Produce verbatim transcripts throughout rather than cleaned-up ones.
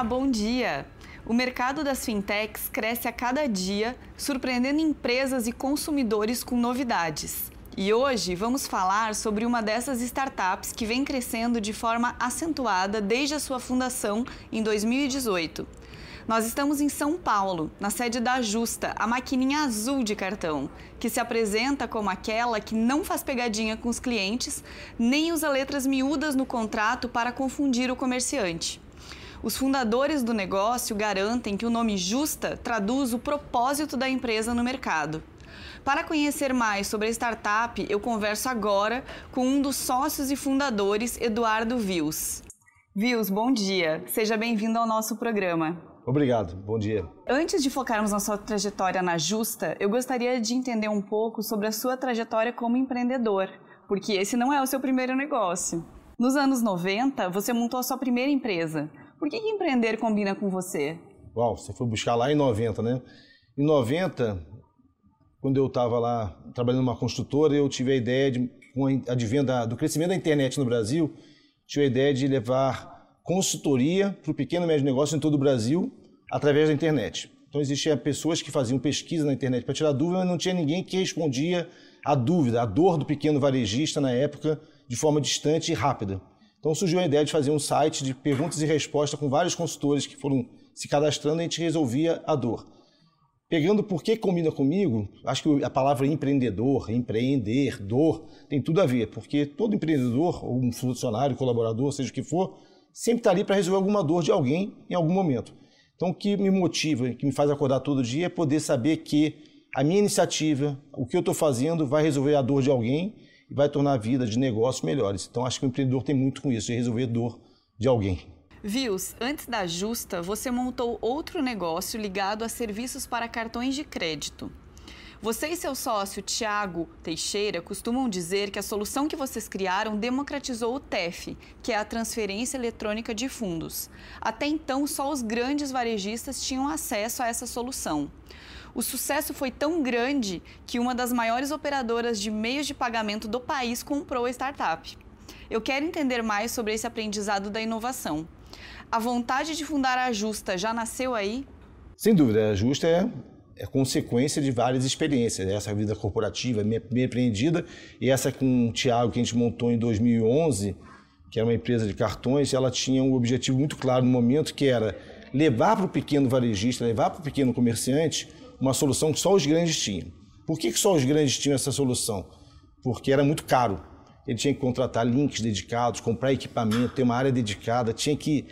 bom dia! O mercado das fintechs cresce a cada dia, surpreendendo empresas e consumidores com novidades. E hoje vamos falar sobre uma dessas startups que vem crescendo de forma acentuada desde a sua fundação em dois mil e dezoito. Nós estamos em São Paulo, na sede da Justa, a maquininha azul de cartão, que se apresenta como aquela que não faz pegadinha com os clientes, nem usa letras miúdas no contrato para confundir o comerciante. Os fundadores do negócio garantem que o nome Justa traduz o propósito da empresa no mercado. Para conhecer mais sobre a startup, eu converso agora com um dos sócios e fundadores, Eduardo Vils. Vils, bom dia. Seja bem-vindo ao nosso programa. Obrigado, bom dia. Antes de focarmos na sua trajetória na Justa, eu gostaria de entender um pouco sobre a sua trajetória como empreendedor, porque esse não é o seu primeiro negócio. Nos anos noventa, você montou a sua primeira empresa. Por que que empreender combina com você? Uau, você foi buscar lá em noventa, né? Em noventa, quando eu estava lá trabalhando numa construtora, eu tive a ideia, de, com a advento do crescimento da internet no Brasil, tive a ideia de levar consultoria para o pequeno e médio negócio em todo o Brasil através da internet. Então existiam pessoas que faziam pesquisa na internet para tirar dúvida, mas não tinha ninguém que respondia a dúvida, a dor do pequeno varejista na época, de forma distante e rápida. Então surgiu a ideia de fazer um site de perguntas e respostas com vários consultores que foram se cadastrando e a gente resolvia a dor. Pegando por que combina comigo, acho que a palavra empreendedor, empreender, dor, tem tudo a ver, porque todo empreendedor, ou um funcionário, colaborador, seja o que for, sempre está ali para resolver alguma dor de alguém em algum momento. Então o que me motiva, que me faz acordar todo dia é poder saber que a minha iniciativa, o que eu estou fazendo vai resolver a dor de alguém e vai tornar a vida de negócios melhores. Então acho que o empreendedor tem muito com isso, de resolver a dor de alguém. Vils, antes da Justa, você montou outro negócio ligado a serviços para cartões de crédito. Você e seu sócio, Thiago Teixeira, costumam dizer que a solução que vocês criaram democratizou o T E F, que é a transferência eletrônica de fundos. Até então, só os grandes varejistas tinham acesso a essa solução. O sucesso foi tão grande que uma das maiores operadoras de meios de pagamento do país comprou a startup. Eu quero entender mais sobre esse aprendizado da inovação. A vontade de fundar a Justa já nasceu aí? Sem dúvida, a Justa é... é consequência de várias experiências, essa vida corporativa, bem empreendida, e essa com o Thiago, que a gente montou em dois mil e onze, que era uma empresa de cartões, ela tinha um objetivo muito claro no momento, que era levar para o pequeno varejista, levar para o pequeno comerciante, uma solução que só os grandes tinham. Por que que só os grandes tinham essa solução? Porque era muito caro. Ele tinha que contratar links dedicados, comprar equipamento, ter uma área dedicada, tinha que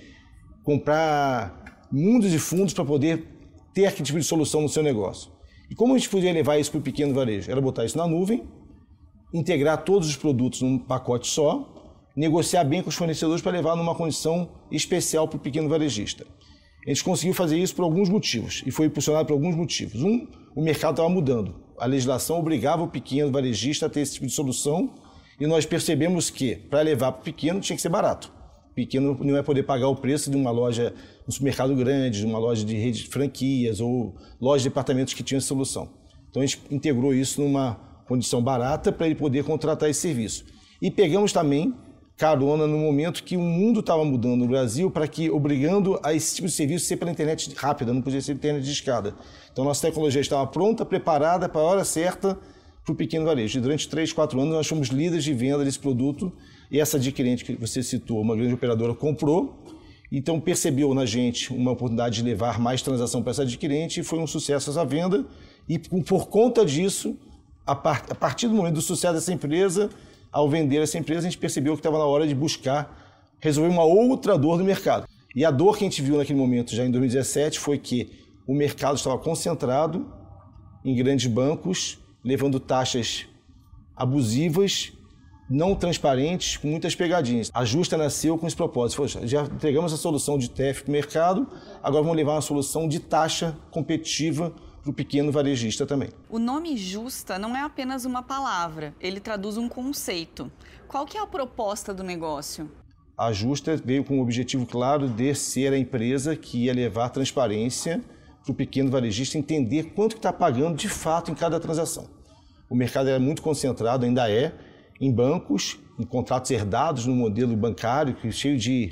comprar mundos e fundos para poder ter aquele tipo de solução no seu negócio. E como a gente podia levar isso para o pequeno varejo? Era botar isso na nuvem, integrar todos os produtos num pacote só, negociar bem com os fornecedores para levar numa condição especial para o pequeno varejista. A gente conseguiu fazer isso por alguns motivos, e foi impulsionado por alguns motivos. Um, o mercado estava mudando. A legislação obrigava o pequeno varejista a ter esse tipo de solução, e nós percebemos que, para levar para o pequeno, tinha que ser barato. O pequeno não vai poder pagar o preço de uma loja, um supermercado grande, de uma loja de rede de franquias ou loja de departamentos que tinham essa solução. Então a gente integrou isso numa condição barata para ele poder contratar esse serviço. E pegamos também carona no momento que o mundo estava mudando no Brasil para que, obrigando a esse tipo de serviço ser pela internet rápida, não podia ser internet de escada. Então nossa tecnologia estava pronta, preparada para a hora certa para o pequeno varejo. E durante três, quatro anos nós fomos líderes de venda desse produto. E essa adquirente que você citou, uma grande operadora, comprou, então percebeu na gente uma oportunidade de levar mais transação para essa adquirente e foi um sucesso essa venda. E por conta disso, a partir do momento do sucesso dessa empresa, ao vender essa empresa, a gente percebeu que estava na hora de buscar resolver uma outra dor do mercado. E a dor que a gente viu naquele momento, já em dois mil e dezessete, foi que o mercado estava concentrado em grandes bancos, levando taxas abusivas, não transparentes, com muitas pegadinhas. A Justa nasceu com esse propósito. Poxa, já entregamos a solução de T E F para o mercado, agora vamos levar uma solução de taxa competitiva para o pequeno varejista também. O nome Justa não é apenas uma palavra, ele traduz um conceito. Qual que é a proposta do negócio? A Justa veio com o objetivo claro de ser a empresa que ia levar transparência para o pequeno varejista entender quanto que está pagando de fato em cada transação. O mercado era muito concentrado, ainda é, em bancos, em contratos herdados no modelo bancário, que cheio de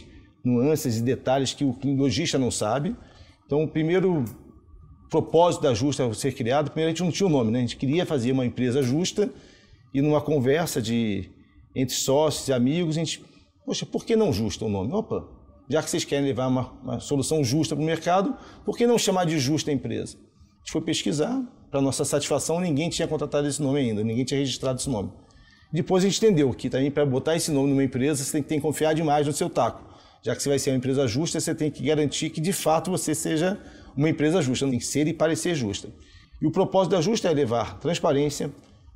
nuances e detalhes que o lojista não sabe. Então, o primeiro propósito da Justa ser criado, primeiro a gente não tinha o nome, né? A gente queria fazer uma empresa justa e numa conversa de, entre sócios e amigos, a gente, poxa, por que não Justa o nome? Opa, já que vocês querem levar uma, uma solução justa para o mercado, por que não chamar de Justa a empresa? A gente foi pesquisar, para nossa satisfação, ninguém tinha contratado esse nome ainda, ninguém tinha registrado esse nome. Depois a gente entendeu que também para botar esse nome numa empresa, você tem que, tem que confiar demais no seu taco. Já que você vai ser uma empresa justa, você tem que garantir que de fato você seja uma empresa justa, tem que ser e parecer justa. E o propósito da Justa é levar transparência,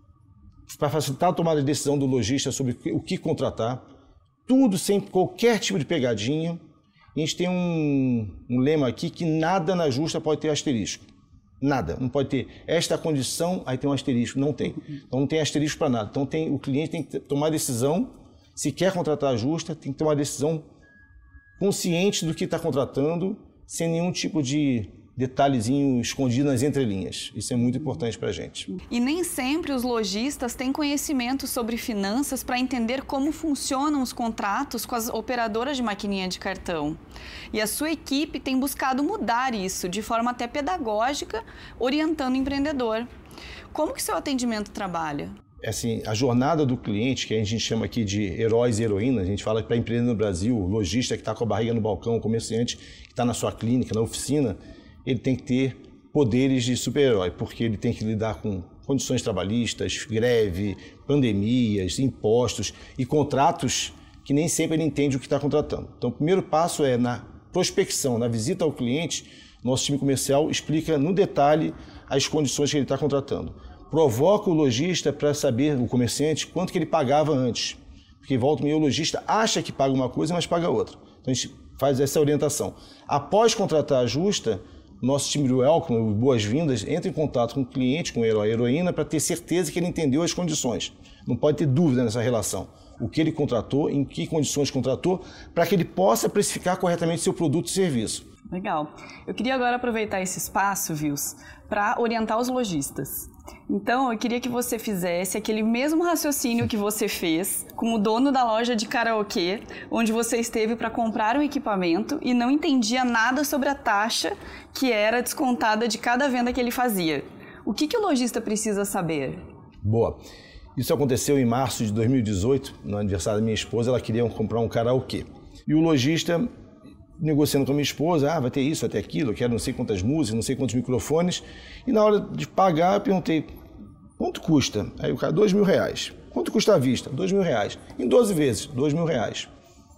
para facilitar a tomada de decisão do lojista sobre o que contratar, tudo sem qualquer tipo de pegadinha. A gente tem um, um lema aqui que nada na Justa pode ter asterisco. Nada, não pode ter esta condição, aí tem um asterisco, não tem. Então não tem asterisco para nada. Então tem, o cliente tem que tomar decisão, se quer contratar a Justa, tem que tomar decisão consciente do que está contratando, sem nenhum tipo de detalhezinho escondido nas entrelinhas. Isso é muito importante para a gente. E nem sempre os lojistas têm conhecimento sobre finanças para entender como funcionam os contratos com as operadoras de maquininha de cartão. E a sua equipe tem buscado mudar isso de forma até pedagógica, orientando o empreendedor. Como que seu atendimento trabalha? Assim, a jornada do cliente, que a gente chama aqui de heróis e heroínas, a gente fala que para empreender no Brasil, o lojista que está com a barriga no balcão, o comerciante que está na sua clínica, na oficina, ele tem que ter poderes de super-herói, porque ele tem que lidar com condições trabalhistas, greve, pandemias, impostos e contratos que nem sempre ele entende o que está contratando. Então, o primeiro passo é na prospecção, na visita ao cliente, nosso time comercial explica no detalhe as condições que ele está contratando. Provoca o lojista para saber, o comerciante, quanto que ele pagava antes. Porque volta e meia o lojista acha que paga uma coisa, mas paga outra. Então, a gente faz essa orientação. Após contratar a Justa, nosso time de welcome, boas-vindas, entra em contato com o cliente, com o herói e heroína, para ter certeza que ele entendeu as condições. Não pode ter dúvida nessa relação. O que ele contratou, em que condições contratou, para que ele possa precificar corretamente seu produto e serviço. Legal. Eu queria agora aproveitar esse espaço, Vils, para orientar os lojistas. Então, eu queria que você fizesse aquele mesmo raciocínio que você fez com o dono da loja de karaokê, onde você esteve para comprar um equipamento e não entendia nada sobre a taxa que era descontada de cada venda que ele fazia. O que, que o lojista precisa saber? Boa. Isso aconteceu em março de dois mil e dezoito, no aniversário da minha esposa, ela queria comprar um karaokê. E o lojista, negociando com a minha esposa, ah, vai ter isso, vai ter aquilo, eu quero não sei quantas músicas, não sei quantos microfones. E na hora de pagar, eu perguntei, quanto custa? Aí o cara, dois mil reais. Quanto custa a vista? Dois mil reais. Em doze vezes, dois mil reais.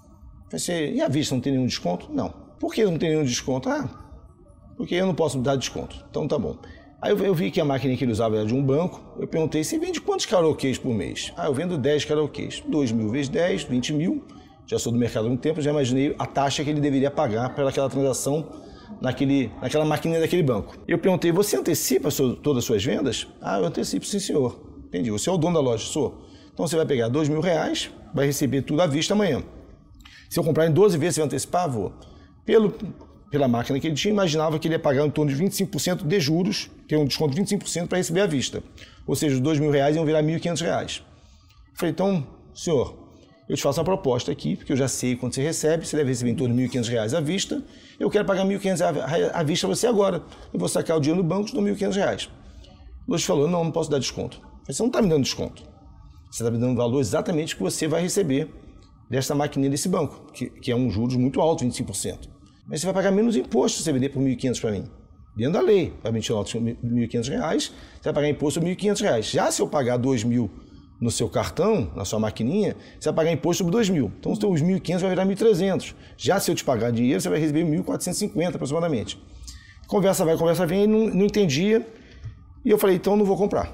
Eu falei, e a vista não tem nenhum desconto? Não. Por que não tem nenhum desconto? Ah, porque eu não posso dar desconto. Então tá bom. Aí eu, eu vi que a máquina que ele usava era de um banco. Eu perguntei, você vende quantos karaokês por mês? Ah, eu vendo dez karaokês. dois mil vezes dez, vinte mil. Já sou do mercado há muito tempo, já imaginei a taxa que ele deveria pagar pelaquela transação naquele, naquela maquininha daquele banco. Eu perguntei, você antecipa so, todas as suas vendas? Ah, eu antecipo, sim senhor. Entendi, você é o dono da loja, sou. Então você vai pegar dois mil reais, vai receber tudo à vista amanhã. Se eu comprar em doze vezes, você vai antecipar? Vou. Pelo, pela máquina que ele tinha, imaginava que ele ia pagar em torno de vinte e cinco por cento de juros, ter um desconto de vinte e cinco por cento para receber à vista. Ou seja, os dois mil reais iam virar mil e quinhentos reais. Eu falei, então, senhor, eu te faço uma proposta aqui, porque eu já sei quando você recebe, você deve receber em torno de mil e quinhentos reais à vista, eu quero pagar mil e quinhentos reais à vista a você agora. Eu vou sacar o dinheiro no banco e te dou mil e quinhentos reais. O lojista falou, não, não posso dar desconto. Eu falei, você não está me dando desconto. Você está me dando o valor exatamente que você vai receber desta maquininha desse banco, que, que é um juros muito alto, vinte e cinco por cento. Mas você vai pagar menos imposto se você vender por mil e quinhentos para mim. Dentro da lei, vai emitir nota de mil e quinhentos reais, você vai pagar imposto de mil e quinhentos reais. Já se eu pagar dois mil no seu cartão, na sua maquininha, você vai pagar imposto sobre dois mil. Então, os mil e quinhentos vai virar mil e trezentos. Já se eu te pagar dinheiro, você vai receber mil quatrocentos e cinquenta aproximadamente. Conversa vai, conversa vem, não, não entendia. E eu falei, então não vou comprar.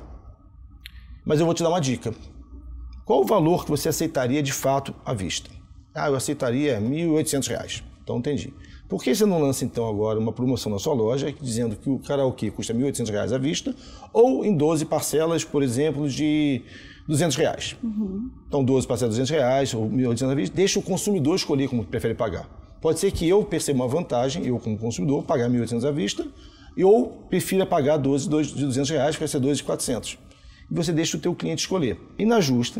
Mas eu vou te dar uma dica. Qual o valor que você aceitaria de fato à vista? Ah, eu aceitaria mil e oitocentos reais. Então, entendi. Por que você não lança, então, agora uma promoção na sua loja dizendo que o karaokê custa mil e oitocentos reais à vista ou em doze parcelas, por exemplo, de duzentos reais? Uhum. Então, doze parcelas de duzentos reais ou mil e oitocentos à vista, deixa o consumidor escolher como prefere pagar. Pode ser que eu perceba uma vantagem, eu como consumidor, pagar mil e oitocentos à vista, ou prefira pagar doze de duzentos reais, que vai ser doze de quatrocentos. E você deixa o teu cliente escolher. E na Justa,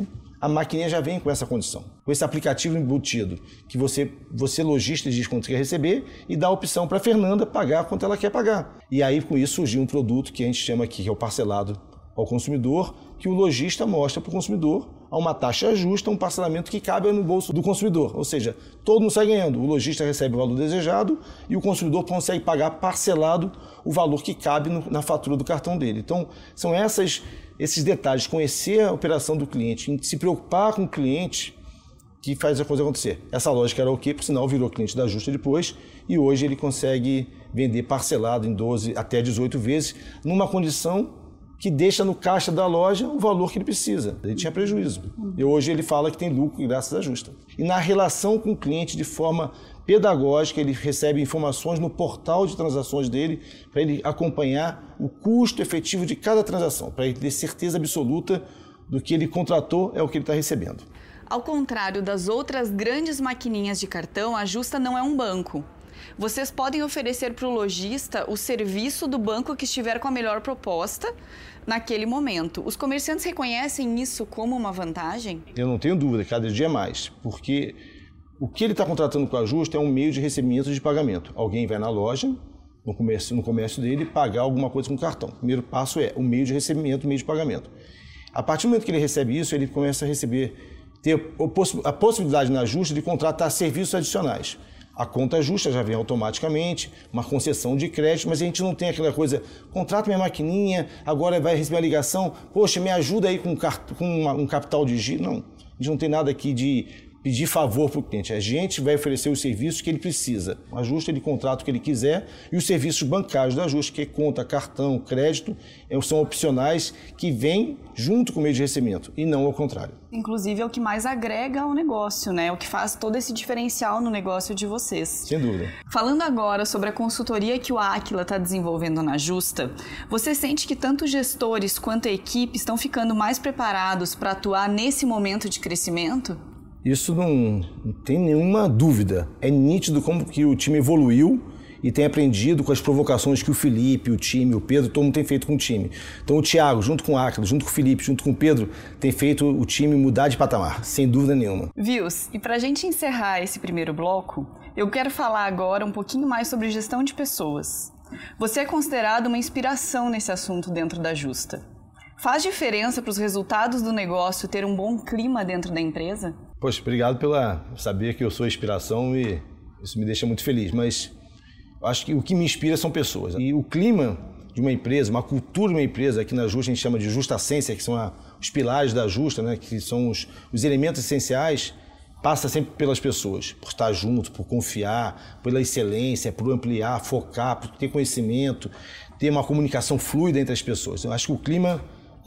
a maquininha já vem com essa condição, com esse aplicativo embutido, que você, você lojista, diz quanto quer receber e dá a opção para a Fernanda pagar quanto ela quer pagar. E aí com isso surgiu um produto que a gente chama aqui, que é o parcelado ao consumidor, que o lojista mostra para o consumidor a uma taxa justa, um parcelamento que cabe no bolso do consumidor. Ou seja, todo mundo sai ganhando. O lojista recebe o valor desejado e o consumidor consegue pagar parcelado o valor que cabe no, na fatura do cartão dele. Então, são essas, esses detalhes, conhecer a operação do cliente, se preocupar com o cliente, que faz a coisa acontecer. Essa lógica era o quê? Por sinal, virou cliente da Justa depois e hoje ele consegue vender parcelado em doze até dezoito vezes, numa condição que deixa no caixa da loja o valor que ele precisa. Ele tinha prejuízo. E hoje ele fala que tem lucro graças à Justa. E na relação com o cliente, de forma pedagógica, ele recebe informações no portal de transações dele para ele acompanhar o custo efetivo de cada transação, para ele ter certeza absoluta do que ele contratou é o que ele está recebendo. Ao contrário das outras grandes maquininhas de cartão, a Justa não é um banco. Vocês podem oferecer para o lojista o serviço do banco que estiver com a melhor proposta naquele momento. Os comerciantes reconhecem isso como uma vantagem? Eu não tenho dúvida, cada dia mais, porque o que ele está contratando com a Justa é um meio de recebimento de pagamento. Alguém vai na loja, no comércio, no comércio dele, pagar alguma coisa com cartão. O primeiro passo é o meio de recebimento, o meio de pagamento. A partir do momento que ele recebe isso, ele começa a receber, ter a possibilidade na Justa de contratar serviços adicionais. A conta justa já vem automaticamente, uma concessão de crédito, mas a gente não tem aquela coisa, contrata minha maquininha, agora vai receber a ligação, poxa, me ajuda aí com, com uma, um capital de giro. Não, a gente não tem nada aqui de pedir favor para o cliente. A gente vai oferecer os serviços que ele precisa. A Justa, ele contrata o que ele quiser e os serviços bancários da Justa, que é conta, cartão, crédito, são opcionais que vêm junto com o meio de recebimento e não ao contrário. Inclusive é o que mais agrega ao negócio, né? É o que faz todo esse diferencial no negócio de vocês. Sem dúvida. Falando agora sobre a consultoria que o Aquila está desenvolvendo na Justa, você sente que tanto gestores quanto a equipe estão ficando mais preparados para atuar nesse momento de crescimento? Isso não, não tem nenhuma dúvida. É nítido como que o time evoluiu e tem aprendido com as provocações que o Felipe, o time, o Pedro, todo mundo tem feito com o time. Então o Thiago, junto com o Aquila, junto com o Felipe, junto com o Pedro, tem feito o time mudar de patamar, sem dúvida nenhuma. Vils, e para a gente encerrar esse primeiro bloco, eu quero falar agora um pouquinho mais sobre gestão de pessoas. Você é considerado uma inspiração nesse assunto dentro da Justa. Faz diferença para os resultados do negócio ter um bom clima dentro da empresa? Poxa, obrigado pela saber que eu sou inspiração e isso me deixa muito feliz, mas eu acho que o que me inspira são pessoas. E o clima de uma empresa, uma cultura de uma empresa, aqui na Justa a gente chama de Justacência, que são a, os pilares da Justa, né, que são os, os elementos essenciais, passa sempre pelas pessoas, por estar junto, por confiar, pela excelência, por ampliar, focar, por ter conhecimento, ter uma comunicação fluida entre as pessoas. Eu acho que o clima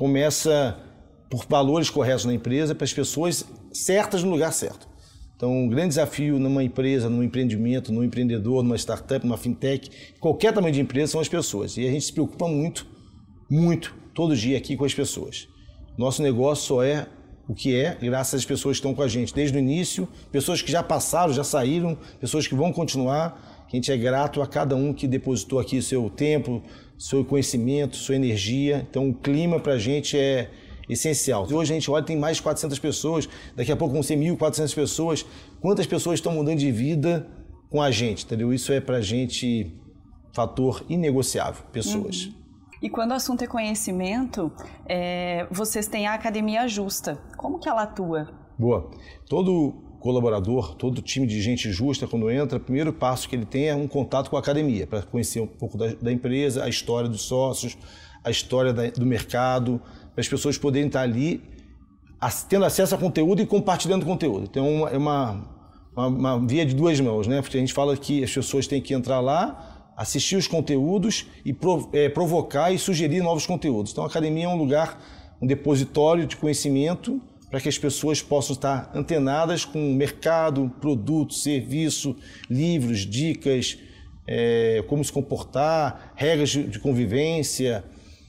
começa por valores corretos na empresa, para as pessoas certas no lugar certo. Então, um grande desafio numa empresa, num empreendimento, num empreendedor, numa startup, numa fintech, qualquer tamanho de empresa, são as pessoas. E a gente se preocupa muito, muito, todo dia aqui com as pessoas. Nosso negócio só é o que é graças às pessoas que estão com a gente desde o início, pessoas que já passaram, já saíram, pessoas que vão continuar. A gente é grato a cada um que depositou aqui seu tempo, seu conhecimento, sua energia. Então, o clima para a gente é essencial. Hoje a gente olha, tem mais de quatrocentas pessoas, daqui a pouco vão ser mil e quatrocentas pessoas. Quantas pessoas estão mudando de vida com a gente, entendeu? Isso é pra gente fator inegociável, pessoas. Uhum. E quando o assunto é conhecimento, é, vocês têm a Academia Justa. Como que ela atua? Boa. Todo colaborador, todo time de gente justa, quando entra, o primeiro passo que ele tem é um contato com a academia, para conhecer um pouco da, da empresa, a história dos sócios, a história da, do mercado, para as pessoas poderem estar ali tendo acesso a conteúdo e compartilhando conteúdo. Então é uma, uma, uma via de duas mãos, né? Porque a gente fala que as pessoas têm que entrar lá, assistir os conteúdos e prov é, provocar e sugerir novos conteúdos. Então a academia é um lugar, um depositório de conhecimento para que as pessoas possam estar antenadas com o mercado, produto, serviço, livros, dicas, é, como se comportar, regras de, de convivência.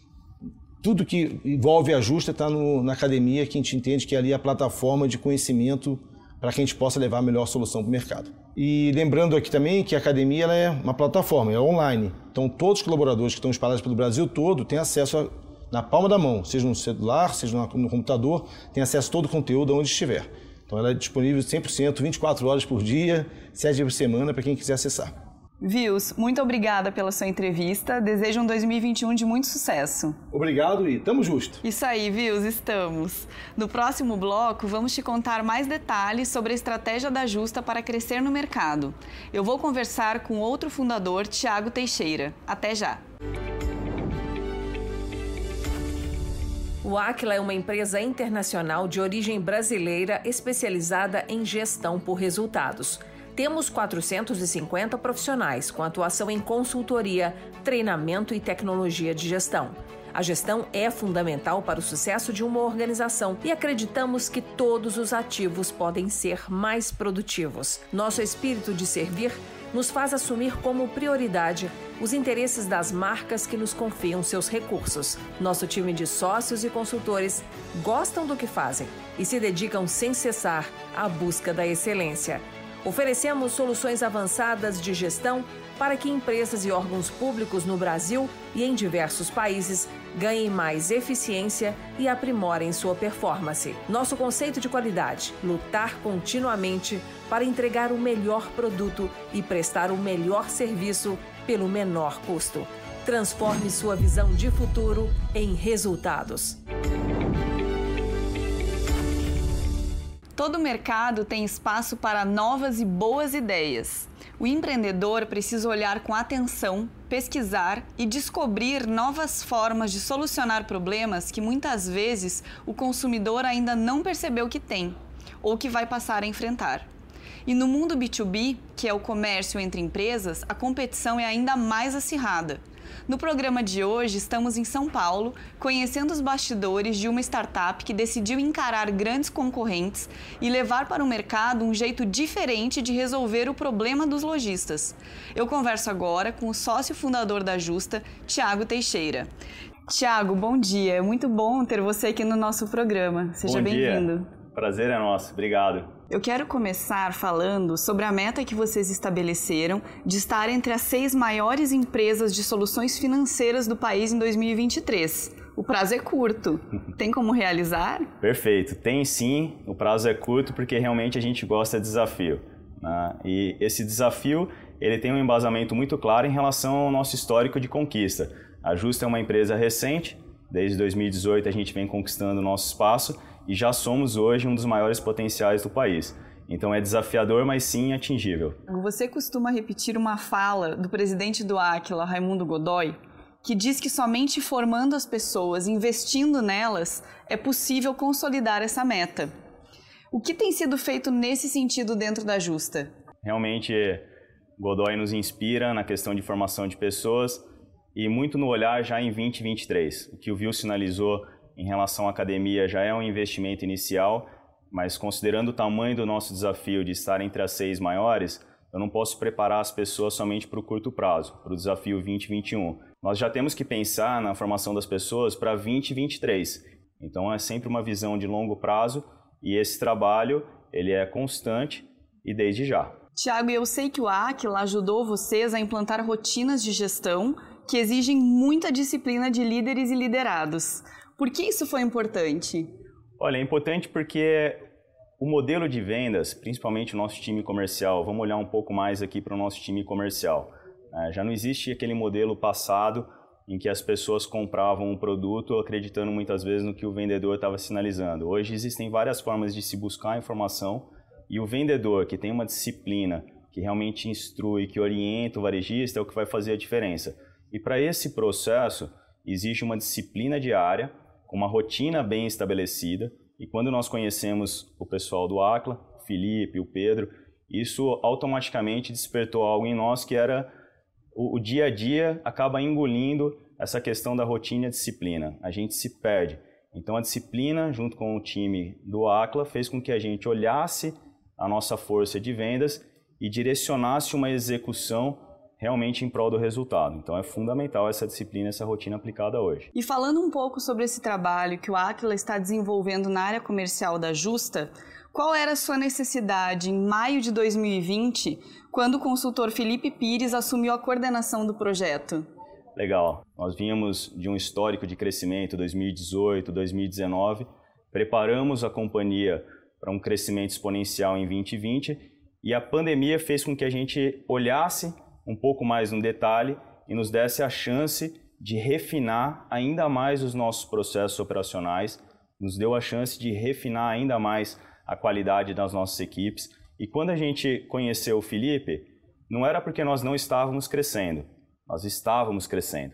Tudo que envolve a Justa está na academia, que a gente entende que ali é a plataforma de conhecimento para que a gente possa levar a melhor solução para o mercado. E lembrando aqui também que a academia ela é uma plataforma, é online. Então todos os colaboradores que estão espalhados pelo Brasil todo têm acesso a na palma da mão, seja no celular, seja no computador, tem acesso a todo o conteúdo onde estiver. Então ela é disponível cem por cento, vinte e quatro horas por dia, sete dias por semana, para quem quiser acessar. Vils, muito obrigada pela sua entrevista. Desejo um dois mil e vinte e um de muito sucesso. Obrigado e tamo justo. Isso aí, Vils, estamos. No próximo bloco, vamos te contar mais detalhes sobre a estratégia da Justa para crescer no mercado. Eu vou conversar com outro fundador, Thiago Teixeira. Até já. O Aquila é uma empresa internacional de origem brasileira especializada em gestão por resultados. Temos quatrocentos e cinquenta profissionais com atuação em consultoria, treinamento e tecnologia de gestão. A gestão é fundamental para o sucesso de uma organização e acreditamos que todos os ativos podem ser mais produtivos. Nosso espírito de servir nos faz assumir como prioridade os interesses das marcas que nos confiam seus recursos. Nosso time de sócios e consultores gostam do que fazem e se dedicam sem cessar à busca da excelência. Oferecemos soluções avançadas de gestão para que empresas e órgãos públicos no Brasil e em diversos países ganhem mais eficiência e aprimorem sua performance. Nosso conceito de qualidade: lutar continuamente para entregar o melhor produto e prestar o melhor serviço pelo menor custo. Transforme sua visão de futuro em resultados. Todo mercado tem espaço para novas e boas ideias. O empreendedor precisa olhar com atenção, pesquisar e descobrir novas formas de solucionar problemas que muitas vezes o consumidor ainda não percebeu que tem ou que vai passar a enfrentar. E no mundo B dois B, que é o comércio entre empresas, a competição é ainda mais acirrada. No programa de hoje, estamos em São Paulo, conhecendo os bastidores de uma startup que decidiu encarar grandes concorrentes e levar para o mercado um jeito diferente de resolver o problema dos lojistas. Eu converso agora com o sócio fundador da Justa, Thiago Teixeira. Thiago, bom dia. É muito bom ter você aqui no nosso programa. Seja bem-vindo. Prazer é nosso. Obrigado. Eu quero começar falando sobre a meta que vocês estabeleceram de estar entre as seis maiores empresas de soluções financeiras do país em dois mil e vinte e três. O prazo é curto. Tem como realizar? Perfeito. Tem sim. O prazo é curto porque realmente a gente gosta de desafio, né? E esse desafio ele tem um embasamento muito claro em relação ao nosso histórico de conquista. A Justa é uma empresa recente. Desde dois mil e dezoito a gente vem conquistando o nosso espaço e já somos hoje um dos maiores potenciais do país. Então é desafiador, mas sim atingível. Você costuma repetir uma fala do presidente do Aquila, Raimundo Godoy, que diz que somente formando as pessoas, investindo nelas, é possível consolidar essa meta. O que tem sido feito nesse sentido dentro da Justa? Realmente, Godoy nos inspira na questão de formação de pessoas e muito no olhar já em vinte e vinte e três. O que o Vil sinalizou em relação à academia já é um investimento inicial, mas considerando o tamanho do nosso desafio de estar entre as seis maiores, eu não posso preparar as pessoas somente para o curto prazo, para o desafio vinte e vinte e um. Nós já temos que pensar na formação das pessoas para vinte e vinte e três. Então é sempre uma visão de longo prazo e esse trabalho ele é constante e desde já. Thiago, eu sei que o Aquila ajudou vocês a implantar rotinas de gestão que exigem muita disciplina de líderes e liderados. Por que isso foi importante? Olha, é importante porque o modelo de vendas, principalmente o nosso time comercial, vamos olhar um pouco mais aqui para o nosso time comercial. É, já não existe aquele modelo passado em que as pessoas compravam um produto acreditando muitas vezes no que o vendedor estava sinalizando. Hoje existem várias formas de se buscar informação e o vendedor que tem uma disciplina, que realmente instrui, que orienta o varejista é o que vai fazer a diferença. E para esse processo existe uma disciplina diária, com uma rotina bem estabelecida, e quando nós conhecemos o pessoal do Aquila, o Felipe, o Pedro, isso automaticamente despertou algo em nós que era o, o dia a dia acaba engolindo essa questão da rotina e disciplina. A gente se perde. Então a disciplina, junto com o time do Aquila, fez com que a gente olhasse a nossa força de vendas e direcionasse uma execução realmente em prol do resultado. Então é fundamental essa disciplina, essa rotina aplicada hoje. E falando um pouco sobre esse trabalho que o Aquila está desenvolvendo na área comercial da Justa, qual era a sua necessidade em maio de dois mil e vinte, quando o consultor Felipe Pires assumiu a coordenação do projeto? Legal. Nós vínhamos de um histórico de crescimento dois mil e dezoito, dois mil e dezenove, preparamos a companhia para um crescimento exponencial em vinte e vinte e a pandemia fez com que a gente olhasse um pouco mais no detalhe e nos desse a chance de refinar ainda mais os nossos processos operacionais, nos deu a chance de refinar ainda mais a qualidade das nossas equipes. E quando a gente conheceu o Felipe, não era porque nós não estávamos crescendo, nós estávamos crescendo,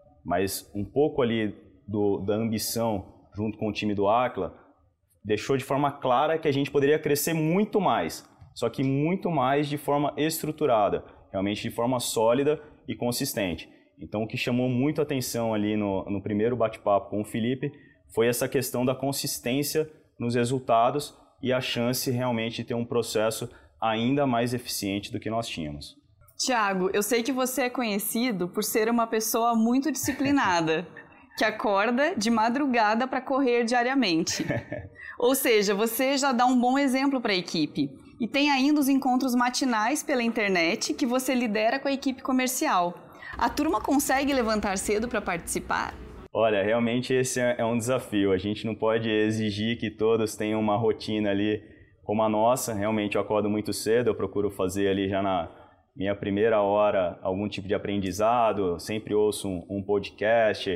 mas um pouco ali do, da ambição junto com o time do Aquila deixou de forma clara que a gente poderia crescer muito mais, só que muito mais de forma estruturada, realmente de forma sólida e consistente. Então, o que chamou muito a atenção ali no, no primeiro bate-papo com o Felipe foi essa questão da consistência nos resultados e a chance realmente de ter um processo ainda mais eficiente do que nós tínhamos. Tiago, eu sei que você é conhecido por ser uma pessoa muito disciplinada, que acorda de madrugada para correr diariamente. Ou seja, você já dá um bom exemplo para a equipe. E tem ainda os encontros matinais pela internet que você lidera com a equipe comercial. A turma consegue levantar cedo para participar? Olha, realmente esse é um desafio. A gente não pode exigir que todos tenham uma rotina ali como a nossa. Realmente eu acordo muito cedo, eu procuro fazer ali já na minha primeira hora algum tipo de aprendizado, sempre ouço um, um podcast,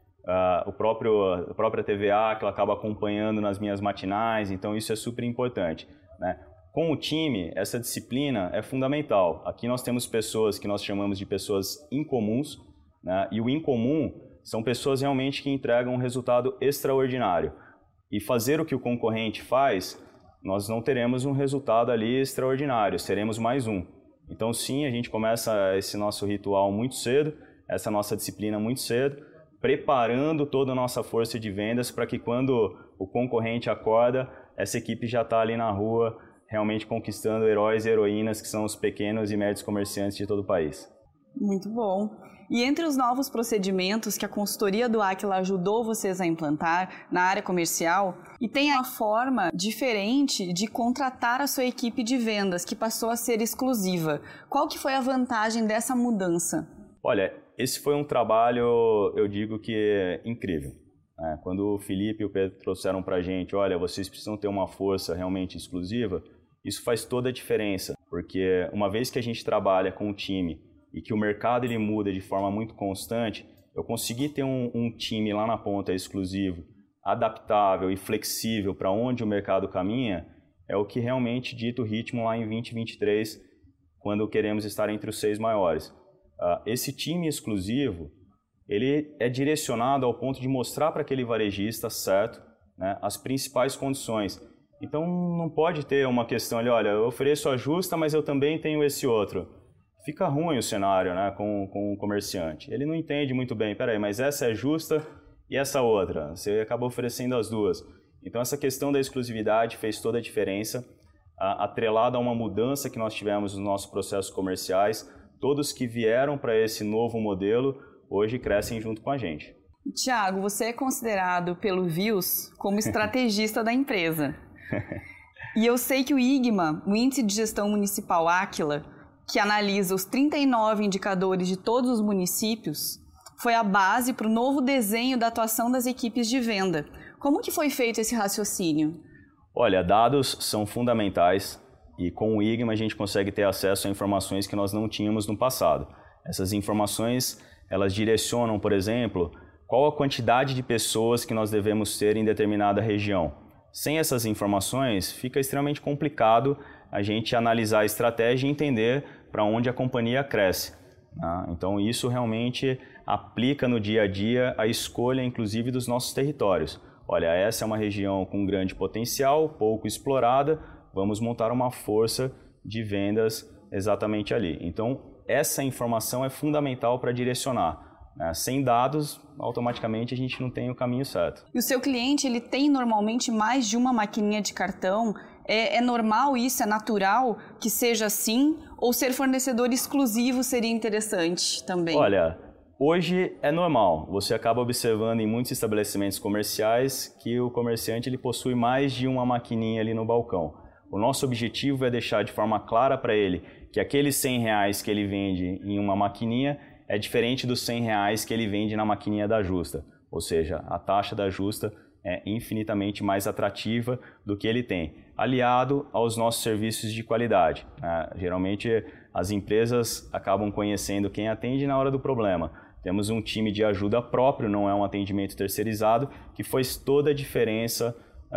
uh, o próprio, a própria T V A que ela acaba acompanhando nas minhas matinais, então isso é super importante, né? Com o time, essa disciplina é fundamental. Aqui nós temos pessoas que nós chamamos de pessoas incomuns, né? E o incomum são pessoas realmente que entregam um resultado extraordinário. E fazer o que o concorrente faz, nós não teremos um resultado ali extraordinário, seremos mais um. Então sim, a gente começa esse nosso ritual muito cedo, essa nossa disciplina muito cedo, preparando toda a nossa força de vendas para que quando o concorrente acorda, essa equipe já está ali na rua, realmente conquistando heróis e heroínas que são os pequenos e médios comerciantes de todo o país. Muito bom. E entre os novos procedimentos que a consultoria do Aquila ajudou vocês a implantar na área comercial, e tem uma forma diferente de contratar a sua equipe de vendas, que passou a ser exclusiva. Qual que foi a vantagem dessa mudança? Olha, esse foi um trabalho, eu digo que é incrível. Né? Quando o Felipe e o Pedro trouxeram para a gente, olha, vocês precisam ter uma força realmente exclusiva, isso faz toda a diferença, porque uma vez que a gente trabalha com o time e que o mercado ele muda de forma muito constante, eu consegui ter um, um time lá na ponta exclusivo, adaptável e flexível para onde o mercado caminha, é o que realmente dita o ritmo lá em vinte e vinte e três, quando queremos estar entre os seis maiores. Uh, esse time exclusivo, ele é direcionado ao ponto de mostrar para aquele varejista, certo, né, as principais condições. Então não pode ter uma questão ali, olha, eu ofereço a justa, mas eu também tenho esse outro. Fica ruim o cenário, né, com, com o comerciante. Ele não entende muito bem, peraí, mas essa é justa e essa outra. Você acaba oferecendo as duas. Então essa questão da exclusividade fez toda a diferença, a, atrelada a uma mudança que nós tivemos nos nossos processos comerciais. Todos que vieram para esse novo modelo, hoje crescem junto com a gente. Tiago, você é considerado pelo Views como estrategista da empresa. E eu sei que o I G M A, o Índice de Gestão Municipal Aquila, que analisa os trinta e nove indicadores de todos os municípios, foi a base para o novo desenho da atuação das equipes de venda. Como que foi feito esse raciocínio? Olha, dados são fundamentais e com o I G M A a gente consegue ter acesso a informações que nós não tínhamos no passado. Essas informações, elas direcionam, por exemplo, qual a quantidade de pessoas que nós devemos ter em determinada região. Sem essas informações, fica extremamente complicado a gente analisar a estratégia e entender para onde a companhia cresce. Né? Então, isso realmente aplica no dia a dia a escolha, inclusive, dos nossos territórios. Olha, essa é uma região com grande potencial, pouco explorada, vamos montar uma força de vendas exatamente ali. Então, essa informação é fundamental para direcionar. Né? Sem dados, automaticamente a gente não tem o caminho certo. E o seu cliente, ele tem normalmente mais de uma maquininha de cartão? É, é normal isso? É natural que seja assim? Ou ser fornecedor exclusivo seria interessante também? Olha, hoje é normal. Você acaba observando em muitos estabelecimentos comerciais que o comerciante ele possui mais de uma maquininha ali no balcão. O nosso objetivo é deixar de forma clara para ele que aqueles cem reais que ele vende em uma maquininha é diferente dos cem reais que ele vende na maquininha da Justa. Ou seja, a taxa da Justa é infinitamente mais atrativa do que ele tem, aliado aos nossos serviços de qualidade. Né? Geralmente, as empresas acabam conhecendo quem atende na hora do problema. Temos um time de ajuda próprio, não é um atendimento terceirizado, que faz toda a diferença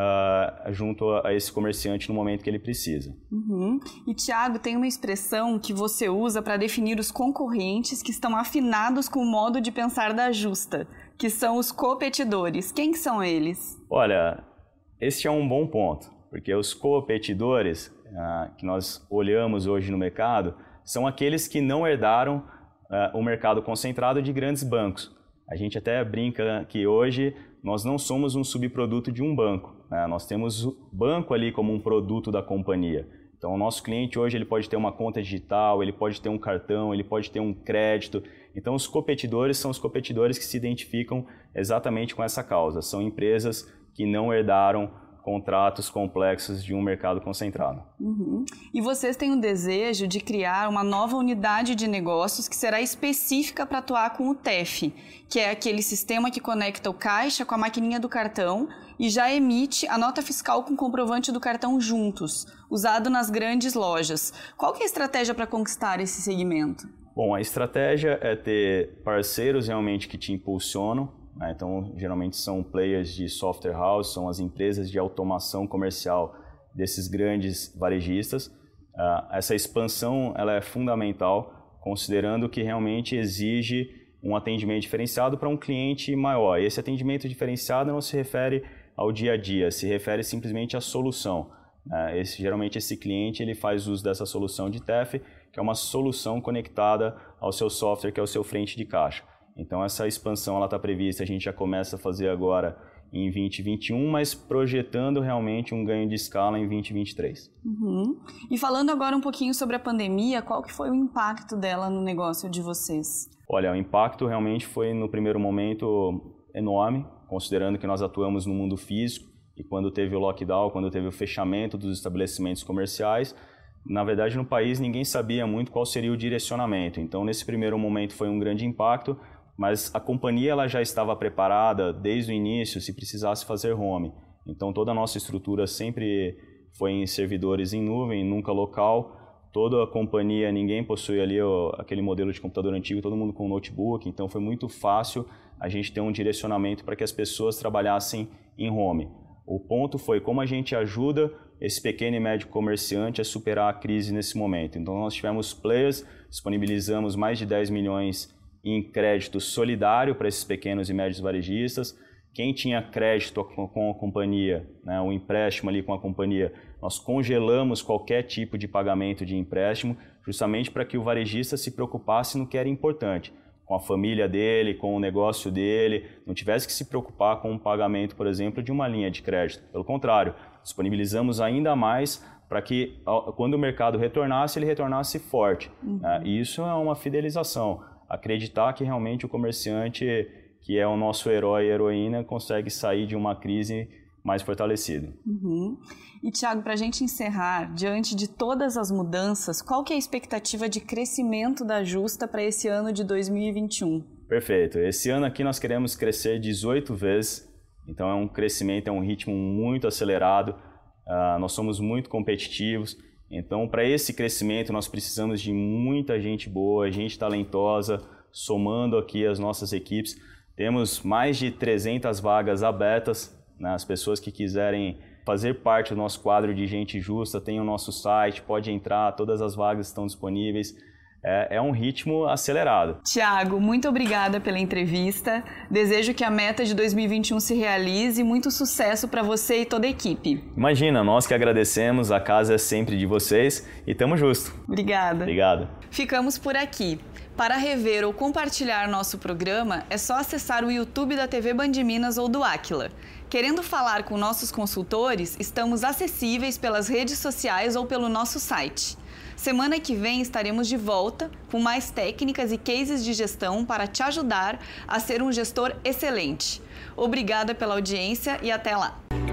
Uh, junto a esse comerciante no momento que ele precisa. Uhum. E, Thiago, tem uma expressão que você usa para definir os concorrentes que estão afinados com o modo de pensar da Justa, que são os competidores. Quem que são eles? Olha, esse é um bom ponto, porque os competidores uh, que nós olhamos hoje no mercado são aqueles que não herdaram uh, o mercado concentrado de grandes bancos. A gente até brinca que hoje nós não somos um subproduto de um banco. Né? Nós temos o banco ali como um produto da companhia. Então, o nosso cliente hoje ele pode ter uma conta digital, ele pode ter um cartão, ele pode ter um crédito. Então, os competidores são os competidores que se identificam exatamente com essa causa. São empresas que não herdaram contratos complexos de um mercado concentrado. Uhum. E vocês têm o desejo de criar uma nova unidade de negócios que será específica para atuar com o T E F, que é aquele sistema que conecta o caixa com a maquininha do cartão e já emite a nota fiscal com comprovante do cartão juntos, usado nas grandes lojas. Qual que é a estratégia para conquistar esse segmento? Bom, a estratégia é ter parceiros realmente que te impulsionam. Então, geralmente são players de software house, são as empresas de automação comercial desses grandes varejistas. Essa expansão ela é fundamental, considerando que realmente exige um atendimento diferenciado para um cliente maior. E esse atendimento diferenciado não se refere ao dia a dia, se refere simplesmente à solução. Esse, geralmente esse cliente ele faz uso dessa solução de T E F, que é uma solução conectada ao seu software, que é o seu frente de caixa. Então, essa expansão está prevista, a gente já começa a fazer agora em vinte e vinte e um, mas projetando realmente um ganho de escala em vinte e vinte e três. Uhum. E falando agora um pouquinho sobre a pandemia, qual que foi o impacto dela no negócio de vocês? Olha, o impacto realmente foi, no primeiro momento, enorme, considerando que nós atuamos no mundo físico e quando teve o lockdown, quando teve o fechamento dos estabelecimentos comerciais, na verdade, no país ninguém sabia muito qual seria o direcionamento. Então, nesse primeiro momento foi um grande impacto, mas a companhia ela já estava preparada desde o início se precisasse fazer home. Então toda a nossa estrutura sempre foi em servidores em nuvem, nunca local. Toda a companhia, ninguém possui ali ó, aquele modelo de computador antigo, todo mundo com notebook, então foi muito fácil a gente ter um direcionamento para que as pessoas trabalhassem em home. O ponto foi como a gente ajuda esse pequeno e médio comerciante a superar a crise nesse momento. Então nós tivemos players, disponibilizamos mais de dez milhões em crédito solidário para esses pequenos e médios varejistas. Quem tinha crédito com a companhia, né, um empréstimo ali com a companhia, nós congelamos qualquer tipo de pagamento de empréstimo, justamente para que o varejista se preocupasse no que era importante, com a família dele, com o negócio dele, não tivesse que se preocupar com o pagamento, por exemplo, de uma linha de crédito. Pelo contrário, disponibilizamos ainda mais para que, quando o mercado retornasse, ele retornasse forte. Uhum. Né? E isso é uma fidelização. Acreditar que realmente o comerciante, que é o nosso herói e heroína, consegue sair de uma crise mais fortalecido. Uhum. E, Thiago, para a gente encerrar, diante de todas as mudanças, qual que é a expectativa de crescimento da Justa para esse ano de dois mil e vinte e um? Perfeito. Esse ano aqui nós queremos crescer dezoito vezes, então é um crescimento, é um ritmo muito acelerado, uh, nós somos muito competitivos. Então, para esse crescimento, nós precisamos de muita gente boa, gente talentosa, somando aqui as nossas equipes. Temos mais de trezentas vagas abertas, né? As pessoas que quiserem fazer parte do nosso quadro de Gente Justa, tem o nosso site, pode entrar, todas as vagas estão disponíveis. É, é um ritmo acelerado. Thiago, muito obrigada pela entrevista. Desejo que a meta de dois mil e vinte e um se realize e muito sucesso para você e toda a equipe. Imagina, nós que agradecemos, a casa é sempre de vocês e tamo justo. Obrigada. Obrigado. Ficamos por aqui. Para rever ou compartilhar nosso programa, é só acessar o YouTube da T V Band Minas ou do Aquila. Querendo falar com nossos consultores, estamos acessíveis pelas redes sociais ou pelo nosso site. Semana que vem estaremos de volta com mais técnicas e cases de gestão para te ajudar a ser um gestor excelente. Obrigada pela audiência e até lá!